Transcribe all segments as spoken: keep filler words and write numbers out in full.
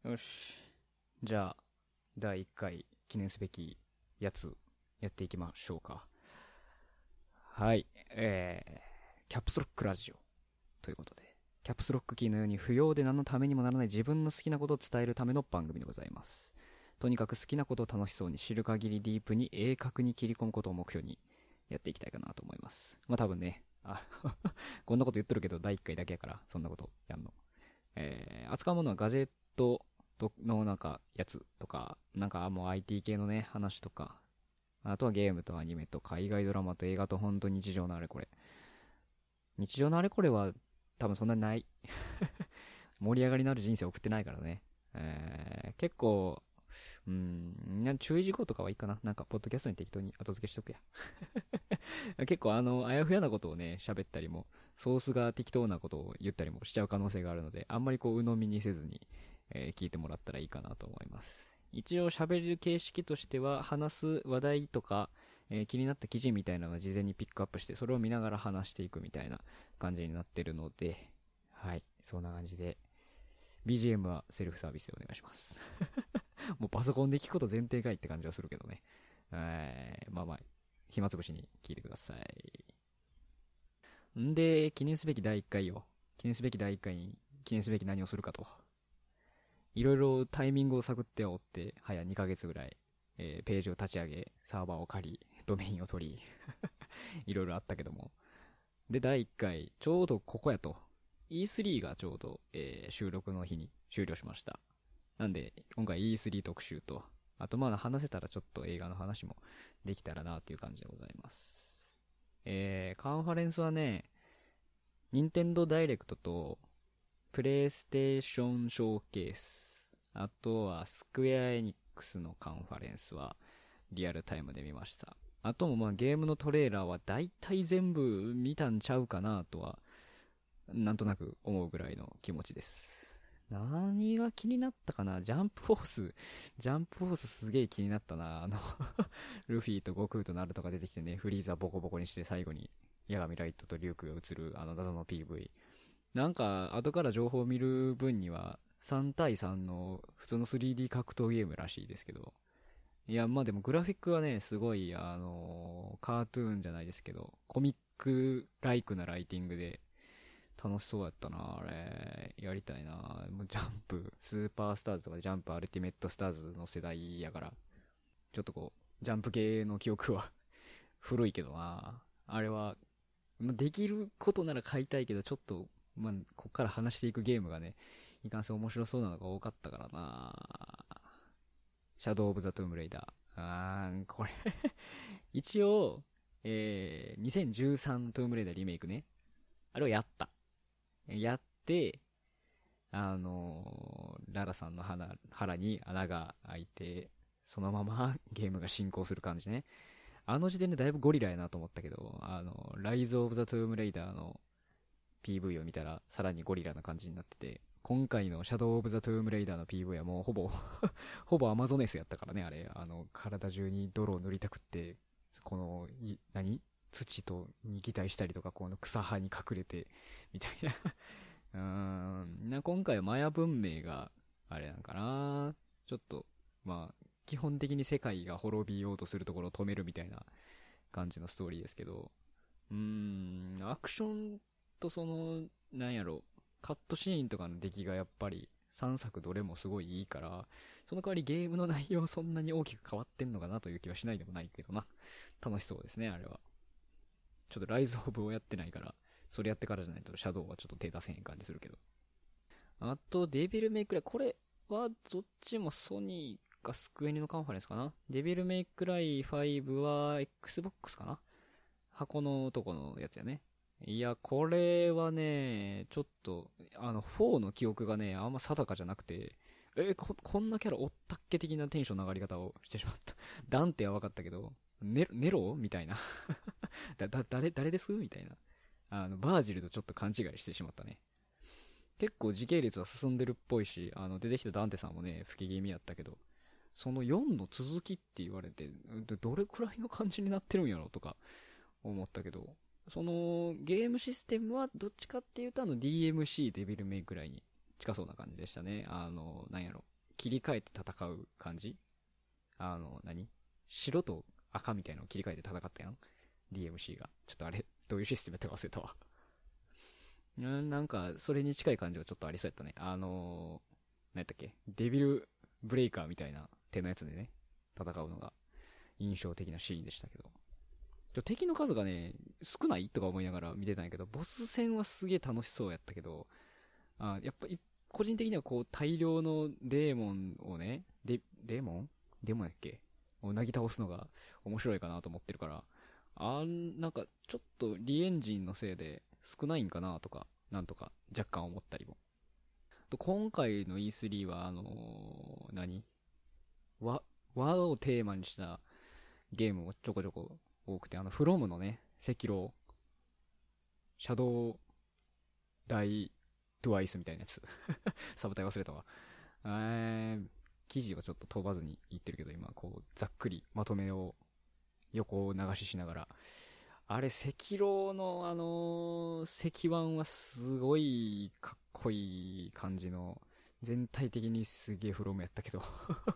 よし。じゃあ、だいいっかい記念すべきやつ、やっていきましょうか。はい。えー、キャプスロックラジオ。ということで、キャプスロックキーのように不要で何のためにもならない自分の好きなことを伝えるための番組でございます。とにかく好きなことを楽しそうに知る限りディープに鋭角に切り込むことを目標にやっていきたいかなと思います。まあ多分ね、あこんなこと言っとるけどだいいっかいだけやから、そんなことやんの。えー、扱うものはガジェットのなんかやつとか、なんかもう アイティー 系のね、話とか、あとはゲームとアニメと海外ドラマと映画と本当に日常のあれこれ。日常のあれこれは多分そんなにない。盛り上がりのある人生送ってないからね。えー、結構、うん、注意事項とかはいいかな。なんか、ポッドキャストに適当に後付けしとくや。結構、あの、あやふやなことをね、喋ったりも、ソースが適当なことを言ったりもしちゃう可能性があるので、あんまりこう、鵜呑みにせずに、えー聞いてもらったらいいかなと思います。一応喋る形式としては、話す話題とか、えー気になった記事みたいなのを事前にピックアップして、それを見ながら話していくみたいな感じになってるので、はい、そんな感じで、ビージーエム はセルフサービスでお願いします。もうパソコンで聞くこと前提かいって感じはするけどね。えー、まあまあ、暇つぶしに聞いてください。んで、記念すべきだいいっかいを、記念すべきだいいっかいに、記念すべき何をするかと。いろいろタイミングを探っておって、早にかげつぐらい、えーページを立ち上げ、サーバーを借り、ドメインを取り、いろいろあったけども。で、だいいっかい、ちょうどここやと。イースリー がちょうど、えー収録の日に終了しました。なんで、今回 イースリー 特集と、あとまあ話せたらちょっと映画の話もできたらなっていう感じでございます。えー、カンファレンスはね、任天堂ダイレクトと、プレイステーションショーケース、あとはスクエアエニックスのカンファレンスはリアルタイムで見ました。あともまあゲームのトレーラーは大体全部見たんちゃうかなとは、なんとなく思うぐらいの気持ちです。何が気になったかな。ジャンプフォース。ジャンプフォースすげえ気になったな。あのルフィと悟空とナルトが出てきてね、フリーザボコボコにして最後に、ヤガミライトとリュウクが映るあの謎の ピーブイ。なんか、後から情報を見る分には、さん対さんの普通の スリーディー 格闘ゲームらしいですけど。いや、まあでもグラフィックはね、すごい、あのーカートゥーンじゃないですけど、コミックライクなライティングで、楽しそうやったな、あれ。やりたいな。もうジャンプ、スーパースターズとかジャンプアルティメットスターズの世代やから、ちょっとこう、ジャンプ系の記憶は古いけどな。あれは、まあできることなら買いたいけど、ちょっと、まあ、こっから話していくゲームがね、いかんせん面白そうなのが多かったからな。シャドウ・オブ・ザ・トゥームレイダー。あー、これ一応、えー、にせんじゅうさんトゥームレイダーリメイクね。あれをやった。やって、あのーララさんの腹腹に穴が開いて、そのままゲームが進行する感じね。あの時点でだいぶゴリラやなと思ったけど、あの、ライズ・オブ・ザ・トゥームレイダーの ピーブイ を見たら、さらにゴリラな感じになってて、今回のシャドウ・オブ・ザ・トゥームレイダーの ピーブイ はもうほぼほぼアマゾネスやったからね、あれ。あの、体中に泥を塗りたくって、この、い、何土とに擬態したりとか、この草葉に隠れて、みたいなうーん、な、今回はマヤ文明が、あれなんかな。ちょっと、まあ、基本的に世界が滅びようとするところを止めるみたいな感じのストーリーですけど、うーん、アクションとその、なんやろ、カットシーンとかの出来がやっぱりさんさくどれもすごいいいから、その代わりゲームの内容そんなに大きく変わってんのかなという気はしないでもないけどな。楽しそうですね、あれは。ちょっとライズオブをやってないから、それやってからじゃないとシャドウはちょっと手出せへん感じするけど。あと、デビルメイクライ、これはどっちもソニーかスクエニのカンファレンスかな。デビルメイクライファイブは Xbox かな、箱のとこのやつやね。いや、これはね、ちょっと、あの、フォーの記憶がね、あんま定かじゃなくて、えこ、こんなキャラおったっけ的なテンションの上がり方をしてしまった。ダンテは分かったけど、ネロ、ネロみたいな。だ、だ、誰、誰ですみたいな。あの、バージルとちょっと勘違いしてしまったね。結構時系列は進んでるっぽいし、あの、出てきたダンテさんもね、吹き気味やったけど、そのよんの続きって言われて、どどれくらいの感じになってるんやろとか思ったけど、そのゲームシステムはどっちかっていうとあの ディーエムシー デビルメイクライに近そうな感じでしたね。あの、なんやろ。 切り替えて戦う感じ。あの、何白と赤みたいなのを切り替えて戦ったやん ディーエムシー が。ちょっとあれ、どういうシステムやったか忘れたわ。んなんか、それに近い感じはちょっとありそうやったね。あのー、何やったっけデビルブレイカーみたいな手のやつでね、戦うのが印象的なシーンでしたけど。ちょ敵の数がね、少ないとか思いながら見てたんやけど、ボス戦はすげえ楽しそうやったけど、あやっぱ、個人的にはこう、大量のデーモンをね、デ、デーモンデーモンやっけをなぎ倒すのが面白いかなと思ってるから、あん、なんか、ちょっとリエンジンのせいで少ないんかなとか、なんとか若干思ったりも。と今回の イースリー は、あのー、何和、和をテーマにしたゲームもちょこちょこ多くて、あの、フロムのね、赤狼、シャドウ、ダイ、トゥワイスみたいなやつ。サブタイ忘れたわ。えー、記事はちょっと飛ばずに言ってるけど、今、こう、ざっくりまとめを横流ししながら。あれ、赤狼のあのー、石腕はすごいかっこいい感じの、全体的にすげえフロムやったけど。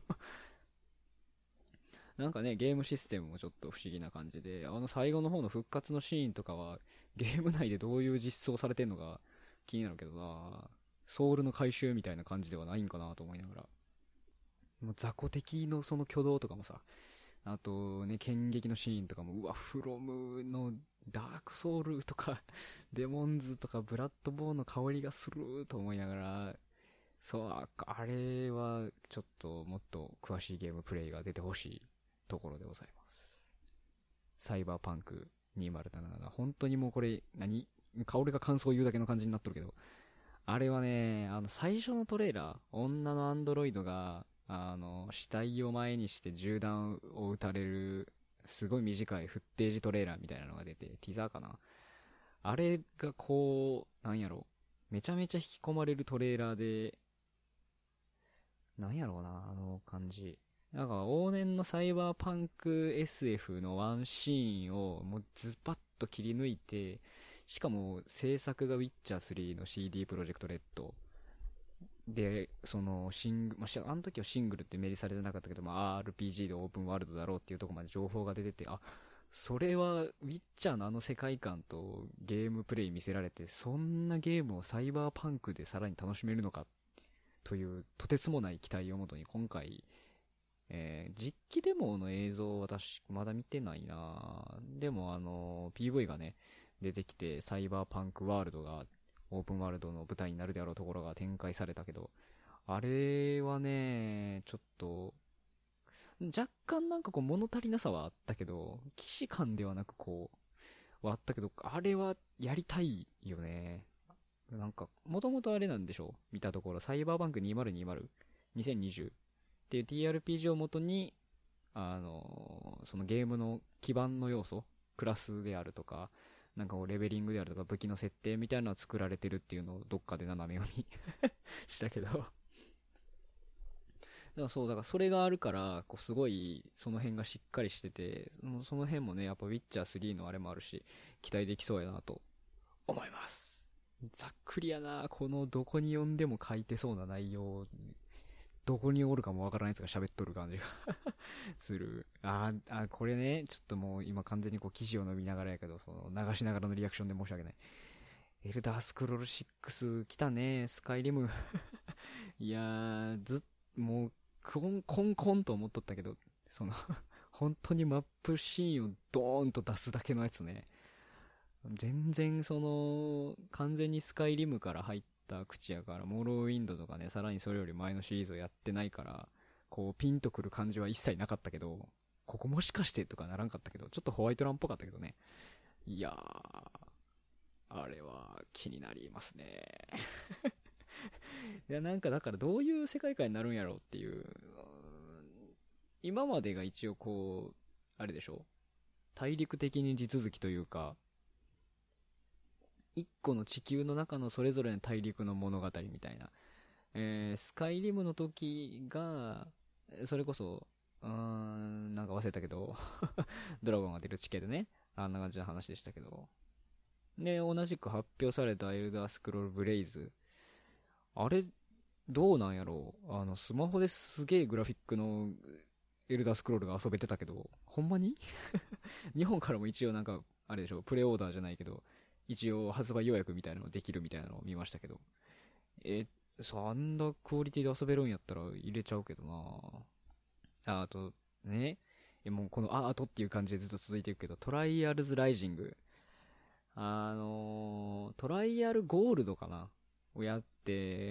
なんかね、ゲームシステムもちょっと不思議な感じで、あの最後の方の復活のシーンとかは、ゲーム内でどういう実装されてんのか気になるけどな。ソウルの回収みたいな感じではないんかなと思いながら。もう雑魚敵のその挙動とかもさ、あとね、剣撃のシーンとかも、うわ、フロムのダークソウルとか、デモンズとかブラッドボーンの香りがすると思いながら、そう、ああれはちょっともっと詳しいゲームプレイが出てほしいところでございます。サイバーパンクにせんななじゅうなな。本当にもうこれ、何俺が感想を言うだけの感じになっとるけど、あれはね、あの最初のトレーラー、女のアンドロイドが、あの、死体を前にして銃弾を撃たれる、すごい短いフッテージトレーラーみたいなのが出て、ティザーかなあれがこう、なんやろ、めちゃめちゃ引き込まれるトレーラーで、なんやろうな、あの感じ。なんか往年のサイバーパンク エスエフ のワンシーンをもうズバッと切り抜いて、しかも制作がウィッチャースリーの シーディー プロジェクトレッドで、そのシング、まあ、あの時はシングルって明示されてなかったけど、まあ、アールピージー でオープンワールドだろうっていうところまで情報が出てて、あ、それはウィッチャーのあの世界観とゲームプレイ見せられて、そんなゲームをサイバーパンクでさらに楽しめるのかというとてつもない期待をもとに今回、えー、実機デモの映像私まだ見てないなでもあの ピーブイ がね出てきてサイバーパンクワールドがオープンワールドの舞台になるであろうところが展開されたけど、あれはねちょっと若干なんかこう物足りなさはあったけど、既視感ではなくこうはあったけど、あれはやりたいよね。なんかもともとあれなんでしょう、見たところサイバーバンクにせんにじゅう にせんにじゅうっていう ティーアールピージー をもとに、あのーそのゲームの基盤の要素、クラスであるとか、なんかこうレベリングであるとか武器の設定みたいなのは作られてるっていうのをどっかで斜め読みしたけどだからそう、だからそれがあるから、こうすごいその辺がしっかりしてて、そのその辺もね、やっぱウィッチャースリーのあれもあるし、期待できそうやなと思います。ざっくりやな、このどこに読んでも書いてそうな内容、どこにおるかもわからないやつが喋っとる感じがする。あーあ、これね、ちょっともう今完全にこう記事を飲みながらやけど、その流しながらのリアクションで申し訳ない。エルダースクロールシックス来たね、スカイリムいやー、ずっ、もう、コンコンコンと思っとったけど、その本当にマップシーンをドーンと出すだけのやつね。全然その、完全にスカイリムから入った口やから、モーローウィンドとかね、さらにそれより前のシリーズをやってないから、こう、ピンとくる感じは一切なかったけど、ここもしかしてとかならんかったけど、ちょっとホワイトランっぽかったけどね。いやー、あれは気になりますね。いや、なんかだからどういう世界観になるんやろうっていう、今までが一応こう、あれでしょ大陸的に地続きというか、一個の地球の中のそれぞれの大陸の物語みたいな。えー、スカイリムの時が、それこそ、うーん、なんか忘れたけど、ドラゴンが出る地形でね、あんな感じの話でしたけど。で、同じく発表されたエルダースクロールブレイズ。あれ、 どうなんやろう。あの、スマホですげえグラフィックのエルダースクロールが遊べてたけど、ほんまに日本からも一応なんか、あれでしょ、プレオーダーじゃないけど、一応発売予約みたいなのできるみたいなのを見ましたけど。え、そんなクオリティで遊べるんやったら入れちゃうけどなあ。あと、ね。え、もうこのアートっていう感じでずっと続いていくけど、トライアルズライジング。あのー、トライアルゴールドかなをやって、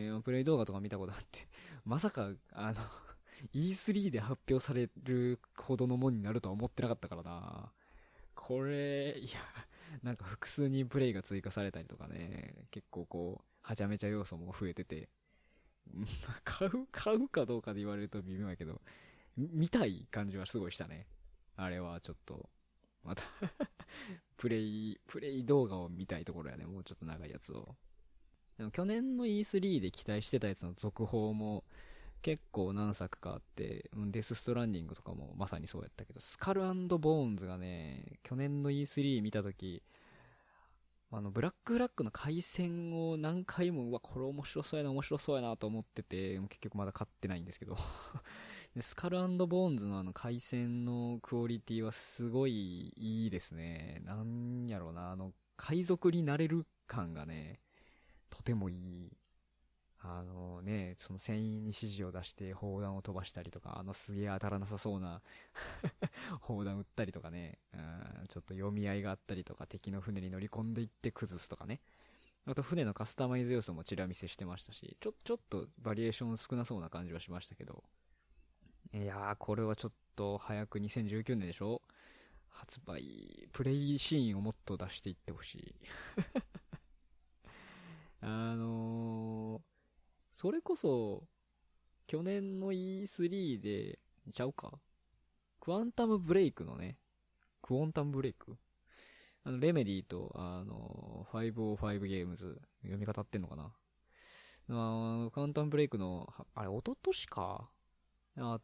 プレイ動画とか見たことあって、まさか、あのイースリー で発表されるほどのもんになるとは思ってなかったからな。これ、いや、なんか複数人プレイが追加されたりとかね、結構こう、はちゃめちゃ要素も増えてて、まあ買う、買うかどうかで言われると微妙やけど、見たい感じはすごいしたね。あれはちょっと、またプレイ、プレイ動画を見たいところやね、もうちょっと長いやつを。でも去年の イースリー で期待してたやつの続報も結構何作かあって、デスストランディングとかもまさにそうやったけど、スカルボーンズがね、去年の イースリー 見たとき、あの、ブラックフラッグの回線を何回も、うわ、これ面白そうやな、面白そうやなと思ってて、結局まだ買ってないんですけどでスカルボーンズのあの回線のクオリティはすごいいいですね。なんやろうな、あの、海賊になれる感がね、とてもいい。あのね、その船員に指示を出して砲弾を飛ばしたりとか、あのすげえ当たらなさそうな砲弾撃ったりとかね、うん、ちょっと読み合いがあったりとか、敵の船に乗り込んでいって崩すとかね。あと船のカスタマイズ要素もチラ見せしてましたし、ちょ、ちょっとバリエーション少なそうな感じはしましたけど。いやー、これはちょっと早くにせんじゅうきゅうねんでしょ発売、プレイシーンをもっと出していってほしい。あのー、それこそ、去年の イースリー で、ちゃうかクワンタムブレイクのね、クォンタムブレイクあの、レメディと、あの、ファイブオーファイブゲームズ、読み方合ってんのかなあの、クワンタムブレイクの、あれ、一昨年かあって、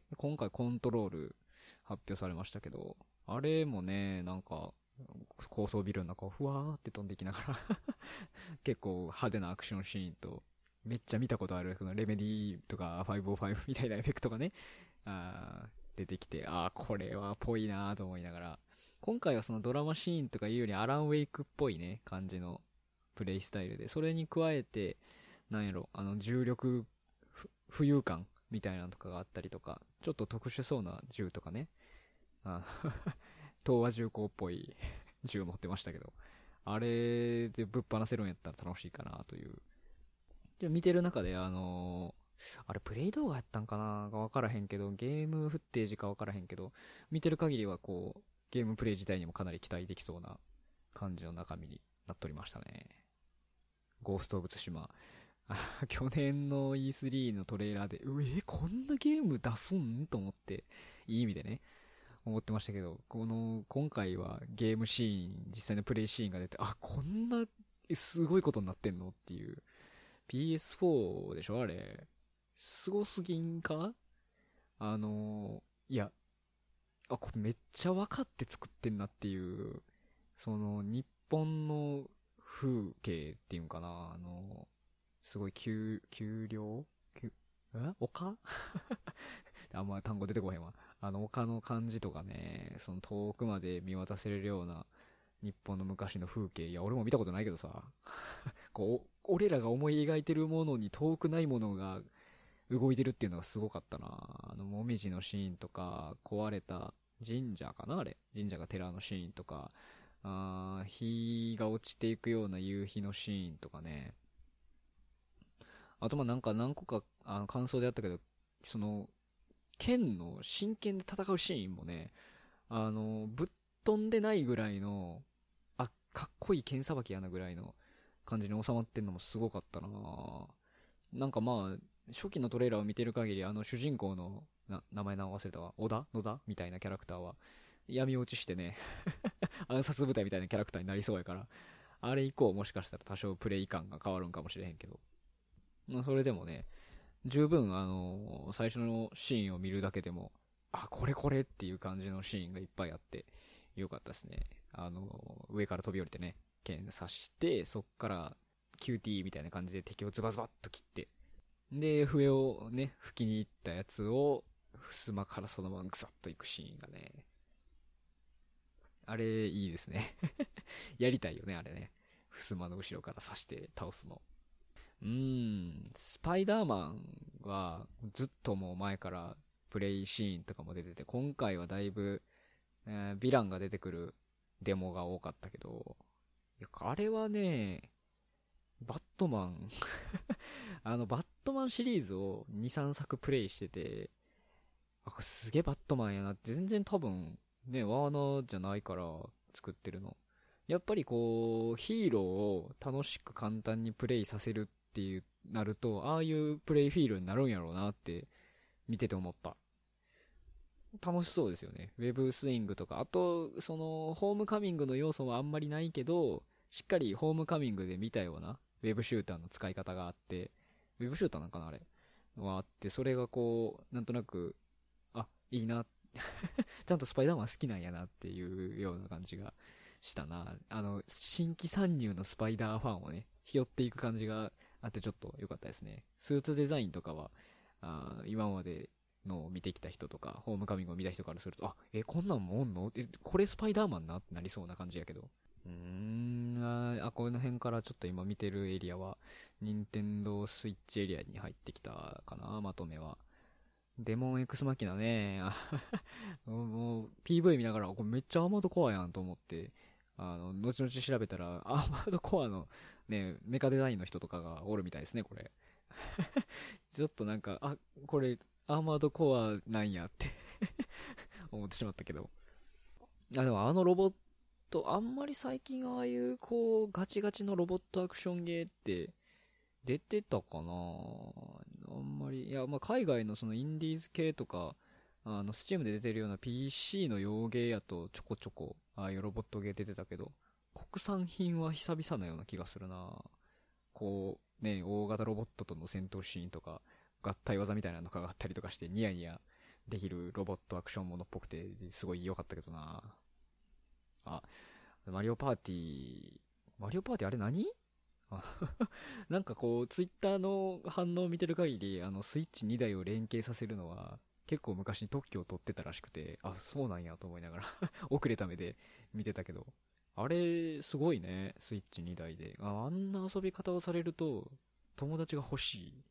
今回コントロール発表されましたけど、あれもね、なんか、高層ビルの中をふわーって飛んでいきながら結構派手なアクションシーンと、めっちゃ見たことある、そのレメディとかファイブオーファイブみたいなエフェクトがね、あー出てきて、あーこれはぽいなーと思いながら、今回はそのドラマシーンとかいうよりアランウェイクっぽいね、感じのプレイスタイルで、それに加えて、なんやろ、あの重力浮遊感みたいなのとかがあったりとか、ちょっと特殊そうな銃とかね、あ東和重工っぽい銃持ってましたけど、あれでぶっ放せるんやったら楽しいかなという。で、見てる中で、あのー、あれプレイ動画やったんかながわからへんけど、ゲームフッテージかわからへんけど、見てる限りはこう、ゲームプレイ自体にもかなり期待できそうな感じの中身になっておりましたね。ゴースト・オブ・ツシマ。去年の イースリー のトレーラーで、うえ、こんなゲーム出すんと思って、いい意味でね、思ってましたけど、この、今回はゲームシーン、実際のプレイシーンが出て、あ、こんな、すごいことになってんのっていう。ピーエスフォー でしょあれ。すごすぎんかあのいや、あ、これめっちゃ分かって作ってんなっていう、その、日本の風景っていうんかな、あの、すごい丘、丘陵丘、え丘あんま単語出てこへんわ。あの、丘の感じとかね、その遠くまで見渡せれるような日本の昔の風景。いや、俺も見たことないけどさ、こう、俺らが思い描いてるものに遠くないものが動いてるっていうのがすごかったな。あの、もみじのシーンとか、壊れた神社かなあれ。神社が寺のシーンとか、あー日が落ちていくような夕日のシーンとかね。あとまあなんか何個かあの感想であったけど、その、剣の真剣で戦うシーンもね、あの、ぶっ飛んでないぐらいの、あ、かっこいい剣さばきやなぐらいの感じに収まってんのもすごかったななんかまあ、初期のトレーラーを見てる限り、あの主人公の、な、名前忘れたわ、小田野田みたいなキャラクターは、闇落ちしてね暗殺部隊みたいなキャラクターになりそうやから、あれ以降もしかしたら多少プレイ感が変わるんかもしれへんけど。まあそれでもね、十分あのー最初のシーンを見るだけでも、あ、これこれっていう感じのシーンがいっぱいあって、よかったですね。あのー上から飛び降りてね、剣刺して、そっから キューティー みたいな感じで敵をズバズバっと切って、 で、笛をね、吹きに行ったやつを、襖からそのままグサッと行くシーンがね、あれ、いいですね。やりたいよね、あれね。襖の後ろから刺して倒すの。うーん、スパイダーマンは、ずっともう前からプレイシーンとかも出てて、今回はだいぶ、えーヴィランが出てくるデモが多かったけど、いや、あれはね、バットマンあの、バットマンシリーズをに、さんさくプレイしてて、あ、これすげえバットマンやなって、全然多分、ね、ワーナーじゃないから作ってるの。やっぱりこう、ヒーローを楽しく簡単にプレイさせるっていう、なると、ああいうプレイフィールになるんやろうなって、見てて思った。楽しそうですよね。ウェブスイングとか、あと、その、ホームカミングの要素はあんまりないけど、しっかりホームカミングで見たような、ウェブシューターの使い方があって、ウェブシューターなんかなあれはあって、それがこう、なんとなく、あ、いいな。ちゃんとスパイダーマン好きなんやなっていうような感じがしたな。あの、新規参入のスパイダーファンをね、拾っていく感じがあってちょっと良かったですね。スーツデザインとかは、あ今までのを見てきた人とか、ホームカミングを見た人からすると、あ、え、こんなんもおんのえ、これスパイダーマンなってなりそうな感じやけど。うーん、あ、あこの辺からちょっと今見てるエリアは、任天堂スイッチエリアに入ってきたかな、まとめは。デモンエクスマキナね、あもう ピーブイ 見ながら、これめっちゃアーマードコアやんと思って、あの、後々調べたら、アーマードコアのね、メカデザインの人とかがおるみたいですね、これ。ちょっとなんか、あ、これ、アーマードコアなんやって思ってしまったけど。あ、でもあのロボット、あんまり最近ああいうこう、ガチガチのロボットアクションゲーって、出てたかなあんまり。いや、まあ、海外のそのインディーズ系とか、あの、スチームで出てるような ピーシー の洋ゲーやとちょこちょこ、ああいうロボットゲー出てたけど、国産品は久々なような気がするなこう、ね、大型ロボットとの戦闘シーンとか、合体技みたいなのがあったりとかして、ニヤニヤできるロボットアクションものっぽくて、すごい良かったけどなあ、マリオパーティー、マリオパーティーあれ何あなんかこう、ツイッターの反応を見てる限り、あの、スイッチにだいを連携させるのは、結構昔に特許を取ってたらしくて、あ、そうなんやと思いながら遅れた目で見てたけど、あれ、すごいね、スイッチにだいで。あ、あんな遊び方をされると、友達が欲しい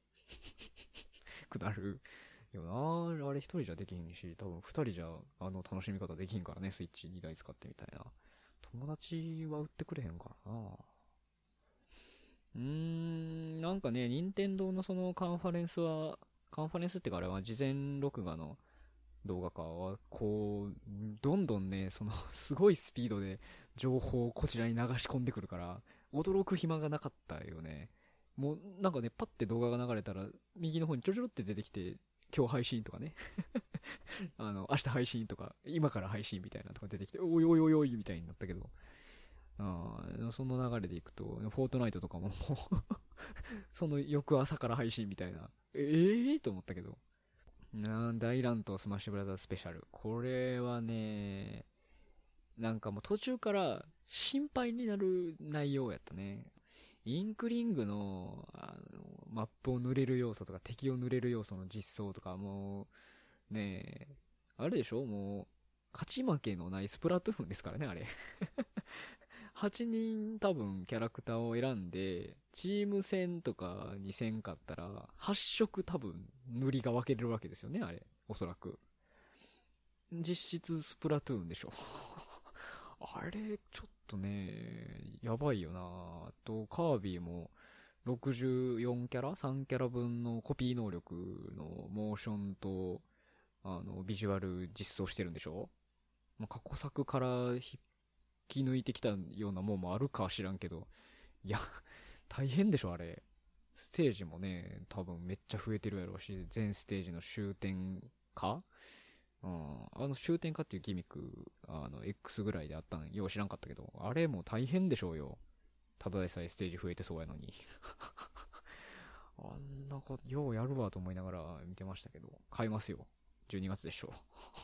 くなるよな。あれ一人じゃできひんし、多分二人じゃ、あの楽しみ方できひんからね、スイッチにだい使ってみたいな。友達は売ってくれへんからな。うーん、なんかね、任天堂のそのカンファレンスは、カンファレンスってかあれは事前録画の動画かは、こう、どんどんね、そのすごいスピードで情報をこちらに流し込んでくるから、驚く暇がなかったよね。もう、なんかね、パッて動画が流れたら、右の方にちょちょろって出てきて、今日配信とかねあの、明日配信とか、今から配信みたいなとか出てきて、おいおいおいおいみたいになったけど、ああ、その流れでいくと、フォートナイトとかももうその翌朝から配信みたいな、ええー、と思ったけど。な大乱闘スマッシュブラザーズスペシャル。これはね、なんかもう途中から心配になる内容やったね。インクリングの、あのマップを塗れる要素とか敵を塗れる要素の実装とかもう、ねえ、あれでしょもう、勝ち負けのないスプラトゥーンですからね、あれはちにん多分キャラクターを選んで、チーム戦とかに戦勝ったら、はっ色多分塗りが分けれるわけですよね、あれ。おそらく。実質スプラトゥーンでしょ。あれ、ちょっとね、やばいよなあと、カービィも、ろくじゅうよんキャラ ?さん キャラ分のコピー能力のモーションと、あの、ビジュアル実装してるんでしょ。まあ、過去作から引き抜いてきたようなもんもあるか知らんけど、いや、大変でしょ、あれ。ステージもね、多分めっちゃ増えてるやろうし、全ステージの終点化うん、あの終点化っていうギミック、あの、X ぐらいであったのよう知らんかったけど、あれも大変でしょうよ。ただでさえステージ増えてそうやのに。あんなか、ようやるわと思いながら見てましたけど、買いますよ。じゅうにがつでしょ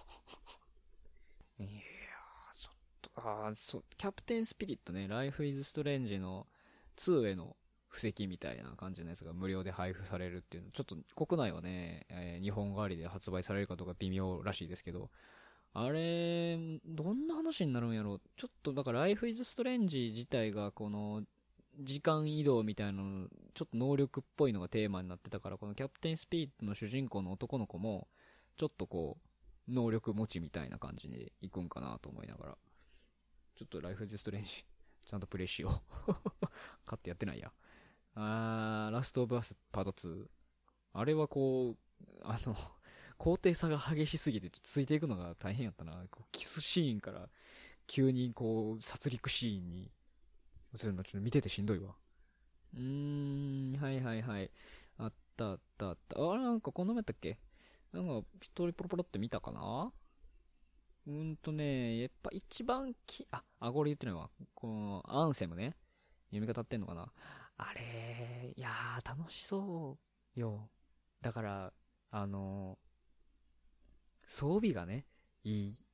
う。いやー、ああ、そう、キャプテンスピリットね、ライフイズストレンジのツーへの布石みたいな感じのやつが無料で配布されるっていうの、ちょっと国内はね、えー日本代わりで発売されるかどうか微妙らしいですけど、あれ、どんな話になるんやろ。ちょっとだから Life is Strange 自体がこの時間移動みたいなの、ちょっと能力っぽいのがテーマになってたから、このキャプテンスピリットの主人公の男の子も、ちょっとこう、能力持ちみたいな感じでいくんかなと思いながら、ちょっと Life is Strange ちゃんとプレイしよう。買ってやってないや。あー、ラストオブアスパートツー。あれはこう、あの、高低差が激しすぎて、ついていくのが大変やったな。こうキスシーンから、急にこう、殺戮シーンに映るのちょっと見ててしんどいわ。うーん、はいはいはい。あったあったあった。あれなんかこんなもんやったっけ？なんか、一人ポロポロって見たかな。うーんとね、やっぱ一番き、あ、あ、これ言ってないわ。この、アンセムね。読み方ってんのかな。あれ、いやー、楽しそうよ。だから、あのー装備がね、いい。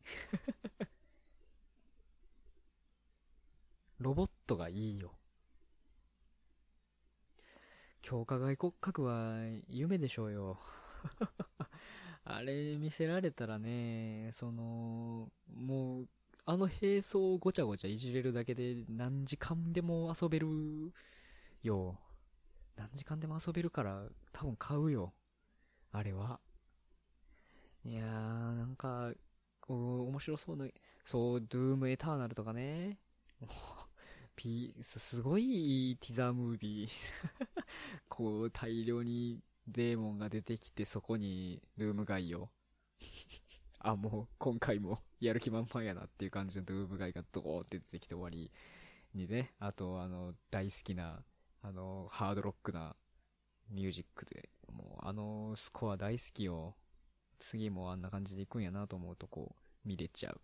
ロボットがいいよ。強化外骨格は夢でしょうよ。あれ見せられたらね、その、もう、あの並走をごちゃごちゃいじれるだけで何時間でも遊べるよ。何時間でも遊べるから多分買うよ。あれは。いやー、なんか、こう、面白そうな、そう、ドゥームエターナルとかね。ピすすごいティザームービー。こう、大量にデーモンが出てきて、そこにドゥームガイを。あ、もう、今回もやる気満々やなっていう感じのドゥームガイがドーって出てきて終わりにね。あと、あの、大好きな、あの、ハードロックなミュージックで、もう、あのスコア大好きよ。次もあんな感じで行くんやなと思うと、こう、見れちゃう。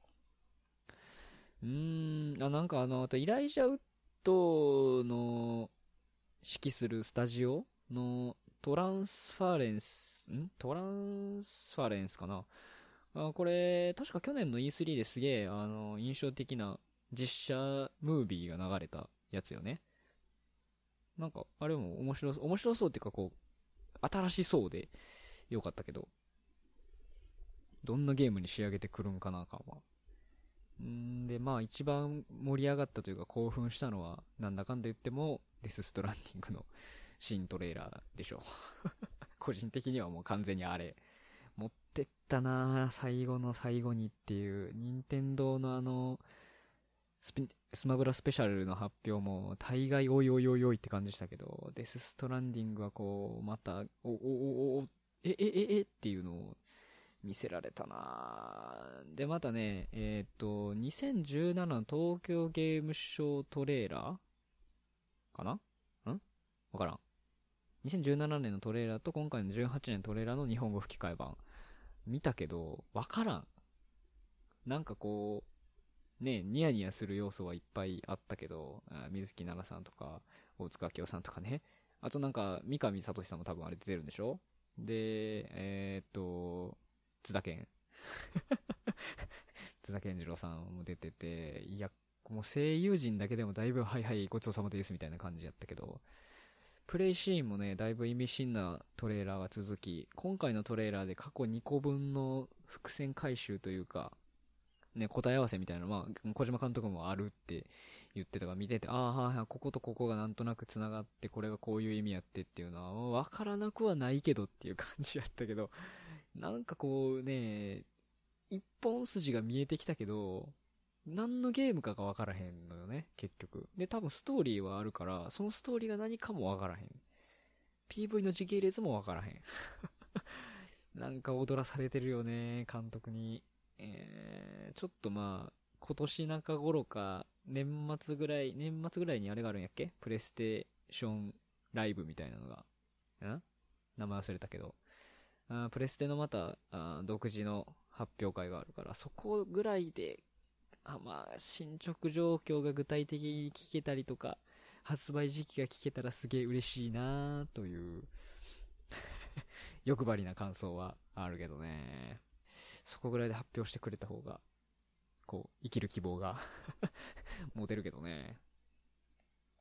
うーん、あ、なんかあの、あと、イライジャウッドの指揮するスタジオのトランスファレンス、んトランスファレンスかな。あ、これ、確か去年の イースリー ですげえ、あの、印象的な実写ムービーが流れたやつよね。なんか、あれも面白そう、面白そうっていうかこう、新しそうでよかったけど、どんなゲームに仕上げてくるんかな、かは。んで、まあ一番盛り上がったというか興奮したのは、なんだかんだ言っても、デスストランディングの新トレーラーでしょう。個人的にはもう完全にあれ、持ってったなぁ、最後の最後にっていう、任天堂のあの、スピスマブラスペシャルの発表も、大概おいおいおいおいって感じしたけど、デスストランディングはこう、また、お、お、お、お、え、え、え、えっていうのを見せられたなぁ。で、またね、えっと、にせんじゅうななの東京ゲームショウトレーラーかなんわからん。にせんじゅうななねんのトレーラーと今回のじゅうはちねんのトレーラーの日本語吹き替え版。見たけど、わからん。なんかこう、ね、ニヤニヤする要素はいっぱいあったけど、あ水木奈々さんとか、大塚明夫さんとかね。あとなんか、三上聡さんも多分あれ出てるんでしょ。で、えー、っと、津田健。津田健次郎さんも出てて、いや、もう声優陣だけでもだいぶはいはいごちそうさまですみたいな感じやったけど、プレイシーンもね、だいぶ意味深なトレーラーが続き、今回のトレーラーで過去にこぶんの伏線回収というか、ね、答え合わせみたいな、まあ、小島監督もあるって言ってたから見てて、ああ、はいはい、こことここがなんとなく繋がって、これがこういう意味やってっていうのは、わからなくはないけどっていう感じやったけど、なんかこうね、一本筋が見えてきたけど、何のゲームかがわからへんのよね、結局。で、多分ストーリーはあるから、そのストーリーが何かもわからへん。ピーブイ の時系列もわからへん。なんか踊らされてるよね、監督に。えー、ちょっとまあ、今年中頃か、年末ぐらい、年末ぐらいにあれがあるんやっけ、プレイステーションライブみたいなのが。ん名前忘れたけど。あプレステのまた、あ独自の発表会があるから、そこぐらいで、あまあ、進捗状況が具体的に聞けたりとか、発売時期が聞けたらすげえ嬉しいなという欲張りな感想はあるけどね。そこぐらいで発表してくれた方が、こう、生きる希望が持てるけどね。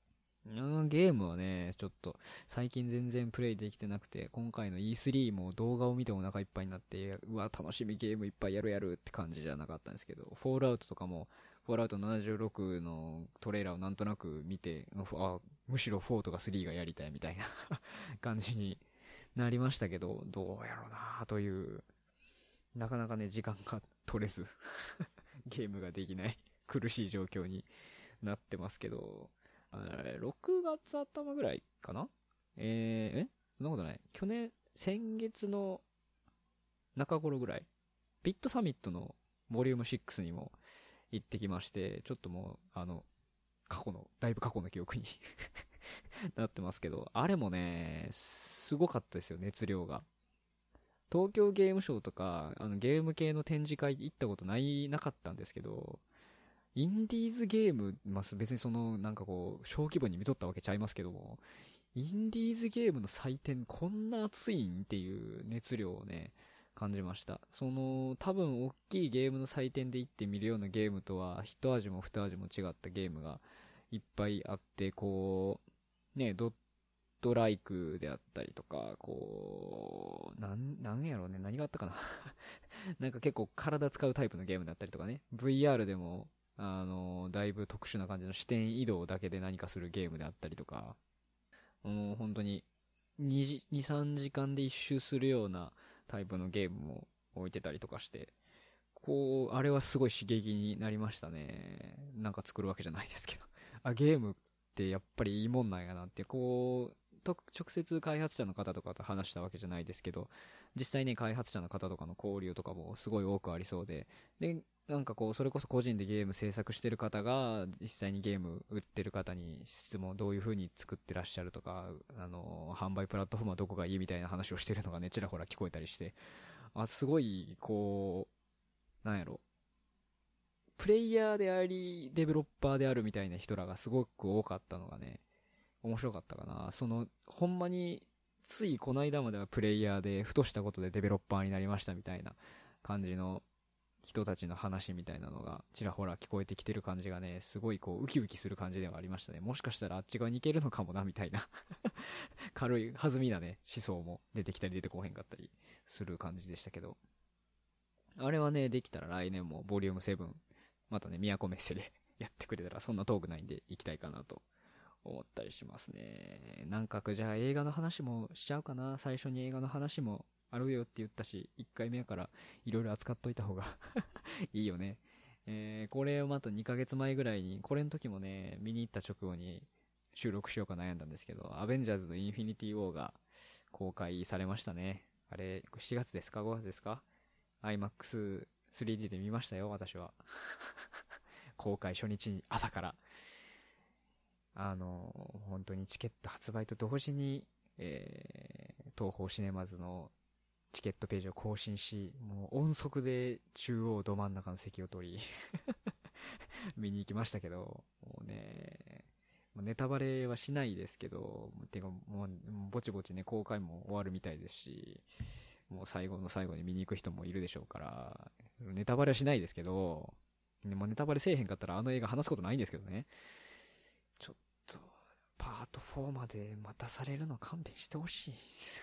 うん、ゲームはね、ちょっと最近全然プレイできてなくて、今回の イースリー も動画を見てお腹いっぱいになって、うわ、楽しみゲームいっぱいやるやるって感じじゃなかったんですけど、フォールアウトとかも、フォールアウトななじゅうろくのトレーラーをなんとなく見て、あ、むしろフォーとかスリーがやりたいみたいな感じになりましたけど、どうやろうなという、なかなかね、時間が取れずゲームができない苦しい状況になってますけど、あれ、ろくがつ頭ぐらいかな。えー、えそんなことない。去年、先月の中頃ぐらい、ビットサミットのボリュームシックスにも行ってきまして、ちょっともう、あの、過去の、だいぶ過去の記憶になってますけど、あれもね、すごかったですよ、熱量が。東京ゲームショウとか、あのゲーム系の展示会行ったことない、なかったんですけど、インディーズゲーム、まあ、別にその、なんかこう、小規模に見とったわけちゃいますけども、インディーズゲームの祭典こんな熱いんっていう熱量をね、感じました。その、多分大きいゲームの祭典で行ってみるようなゲームとは、一味も二味も違ったゲームがいっぱいあって、こう、ね、ドットライクであったりとか、こう、なん、なんやろうね、何があったかななんか結構体使うタイプのゲームだったりとかね、ブイアール でも、あの、だいぶ特殊な感じの視点移動だけで何かするゲームであったりとか、もう本当にに、に、さんじかんで一周するようなタイプのゲームも置いてたりとかして、こう、あれはすごい刺激になりましたね。なんか作るわけじゃないですけど。あ、ゲームってやっぱりいいもんなんやなって、こう、と直接開発者の方とかと話したわけじゃないですけど、実際ね、開発者の方とかの交流とかもすごい多くありそうで、で、なんかこう、それこそ個人でゲーム制作してる方が、実際にゲーム売ってる方に質問、どういう風に作ってらっしゃるとか、あの、販売プラットフォームはどこがいいみたいな話をしてるのがね、ちらほら聞こえたりして、あ、すごい、こう、なんやろ、プレイヤーであり、デベロッパーであるみたいな人らがすごく多かったのがね、面白かったかな。その、ほんまに、ついこの間まではプレイヤーで、ふとしたことでデベロッパーになりましたみたいな感じの人たちの話みたいなのがちらほら聞こえてきてる感じがね、すごいこうウキウキする感じではありましたね。もしかしたらあっち側に行けるのかもなみたいな軽い弾みなね、思想も出てきたり出てこへんかったりする感じでしたけど。あれはね、できたら来年もボリュームセブン、またね、都メッセでやってくれたらそんな遠くないんで行きたいかなと思ったりしますね。なんかじゃあ映画の話もしちゃうかな。最初に映画の話もあるよって言ったし、いっかいめやからいろいろ扱っといた方がいいよね。えー、これをまたにかげつまえぐらいに、これの時もね、見に行った直後に収録しようか悩んだんですけど、アベンジャーズのインフィニティウォーが公開されましたね。あれ、しちがつですか ?ご 月ですか？ アイマックススリーディー で見ましたよ、私は。公開初日に朝から。あの、本当にチケット発売と同時に、えー、東宝シネマズのチケットページを更新し、もう音速で中央ど真ん中の席を取り見に行きましたけど、もうね、ネタバレはしないですけど、てかもうぼちぼちね、公開も終わるみたいですし、もう最後の最後に見に行く人もいるでしょうから、ネタバレはしないですけど、もうネタバレせえへんかったらあの映画話すことないんですけどね。ちょっと、パートフォーまで待たされるの勘弁してほしい。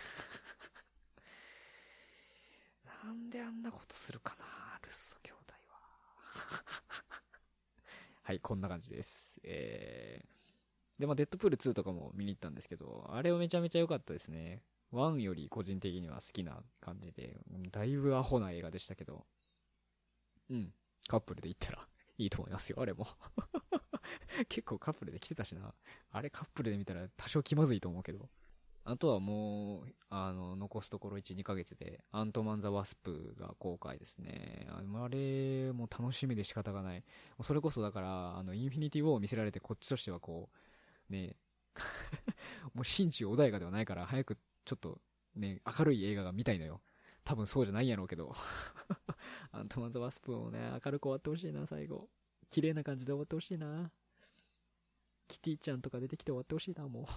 なんであんなことするかな、ルッソ兄弟は。はい、こんな感じです。えー、で、まあ、デッドプールツーとかも見に行ったんですけど、あれはめちゃめちゃ良かったですね。ワンより個人的には好きな感じで、だいぶアホな映画でしたけど、うん、カップルで行ったらいいと思いますよ、あれも。結構カップルで来てたしな。あれカップルで見たら多少気まずいと思うけど。あとはもう、あの、残すところいち、にかげつで、アントマン・ザ・ワスプが公開ですね。あれ、もう楽しみで仕方がない。それこそだから、あの、インフィニティ・ウォーを見せられてこっちとしてはこう、ね、もう心中穏やかではないから、早くちょっと、ね、明るい映画が見たいのよ。多分そうじゃないんやろうけど。アントマン・ザ・ワスプをね、明るく終わってほしいな、最後。綺麗な感じで終わってほしいな。キティちゃんとか出てきて終わってほしいな、もう。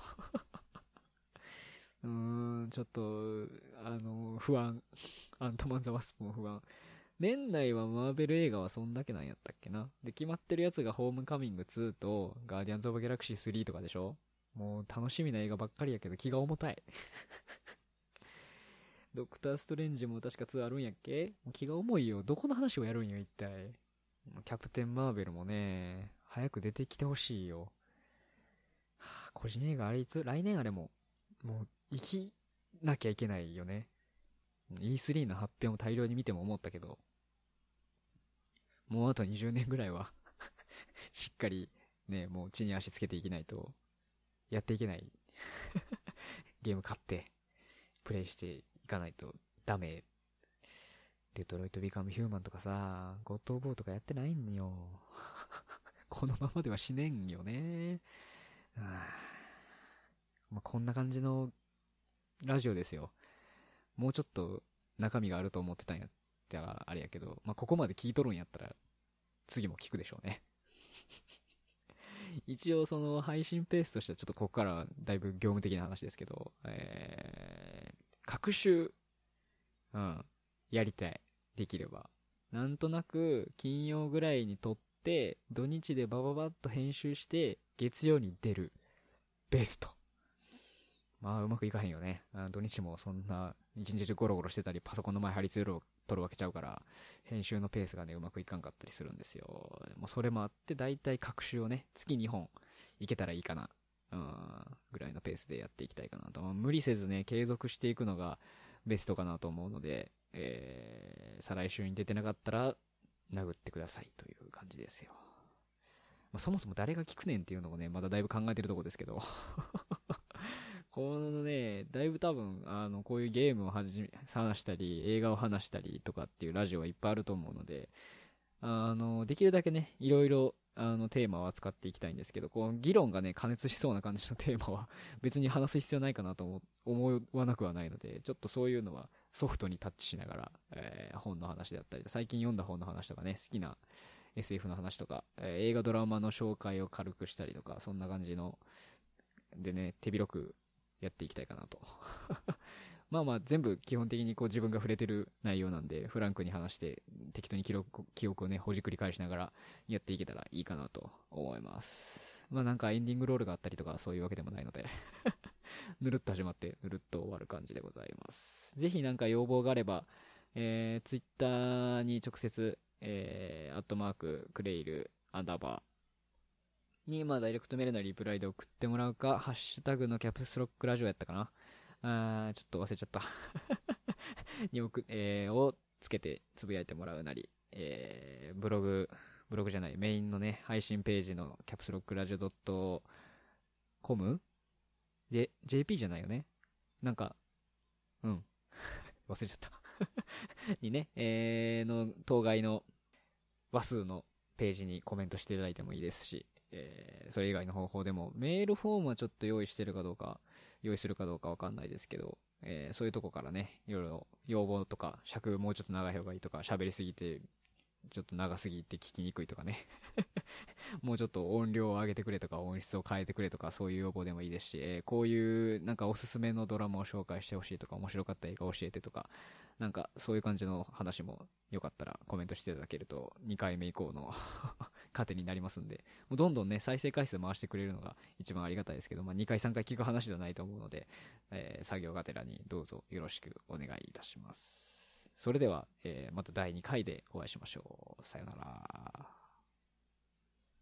うーん、ちょっと、あの、不安。アントマン・ザ・ワスプも不安。年内はマーベル映画はそんだけなんやったっけな。で、決まってるやつがホームカミングツーとガーディアンズ・オブ・ギャラクシースリーとかでしょ。 もう楽しみな映画ばっかりやけど気が重たい。ドクターストレンジも確かツーあるんやっけ？気が重いよ。どこの話をやるんよ、一体。キャプテンマーベルもね、早く出てきてほしいよ。はあ、個人映画あれいつ来年あれも、もう、生きなきゃいけないよね。イースリー の発表も大量に見ても思ったけど、もうあとにじゅうねんぐらいはしっかりね、もう地に足つけていけないと、やっていけないゲーム買って、プレイしていかないとダメ。デトロイトビカムヒューマンとかさ、ゴッドオブウォーとかやってないんよ。このままでは死ねんよね。はあ、まあ、こんな感じのラジオですよ。もうちょっと中身があると思ってたんやったらあれやけど、まあ、ここまで聞いとるんやったら次も聞くでしょうね。一応その配信ペースとしてはちょっとここからはだいぶ業務的な話ですけど、えー、各週、うん、やりたい。できれば。なんとなく金曜ぐらいに撮って、土日でバババッと編集して、月曜に出る。ベスト。まあうまくいかへんよね。あ、土日もそんな一日中ゴロゴロしてたりパソコンの前張り付ける撮るわけちゃうから、編集のペースがねうまくいかんかったりするんですよ。もうそれもあってだいたい各週をね月にほんいけたらいいかな、うん、ぐらいのペースでやっていきたいかなと、まあ、無理せずね継続していくのがベストかなと思うので、えー、再来週に出てなかったら殴ってくださいという感じですよ。まあ、そもそも誰が聞くねんっていうのもねまだだいぶ考えてるとこですけどこのね、だいぶ多分、あの、こういうゲームを話したり、映画を話したりとかっていうラジオはいっぱいあると思うので、あの、できるだけね、いろいろ、あの、テーマを扱っていきたいんですけど、こう、議論がね、加熱しそうな感じのテーマは、別に話す必要ないかなと思、思わなくはないので、ちょっとそういうのはソフトにタッチしながら、えー、本の話であったり、最近読んだ本の話とかね、好きな エスエフ の話とか、えー、映画ドラマの紹介を軽くしたりとか、そんな感じの、でね、手広く、やっていきたいかなとまあまあ全部基本的にこう自分が触れてる内容なんでフランクに話して適当に記録記憶をねほじくり返しながらやっていけたらいいかなと思います。まあなんかエンディングロールがあったりとかそういうわけでもないのでぬるっと始まってぬるっと終わる感じでございます。ぜひなんか要望があれば、えー、ツイッターに直接、えー、アットマーククレイルアンダーバーに、まあ、ダイレクトメールなりリプライで送ってもらうか、ハッシュタグのキャプスロックラジオやったかな。あー、ちょっと忘れちゃったに送、えー、をつけてつぶやいてもらうなり、えー、ブログ、ブログじゃない、メインのね、配信ページのキャプスロックラジオ .com? J、ジェーピー じゃないよね。なんか、うん。忘れちゃったにね、えー、の、当該の話数のページにコメントしていただいてもいいですし、えー、それ以外の方法でも、メールフォームはちょっと用意してるかどうか、用意するかどうかわかんないですけど、えー、そういうとこからね、いろいろ要望とか、尺もうちょっと長い方がいいとか、喋りすぎて、ちょっと長すぎて聞きにくいとかね。もうちょっと音量を上げてくれとか、音質を変えてくれとか、そういう要望でもいいですし、えー、こういうなんかおすすめのドラマを紹介してほしいとか、面白かった映画教えてとか、なんかそういう感じの話もよかったらコメントしていただけるとにかいめ以降の糧になりますんで、もうどんどんね再生回数回してくれるのが一番ありがたいですけど、まあ、にかいさんかい聞く話ではないと思うので、えー、作業がてらにどうぞよろしくお願いいたします。それでは、えー、まただいにかいでお会いしましょう。さよなら。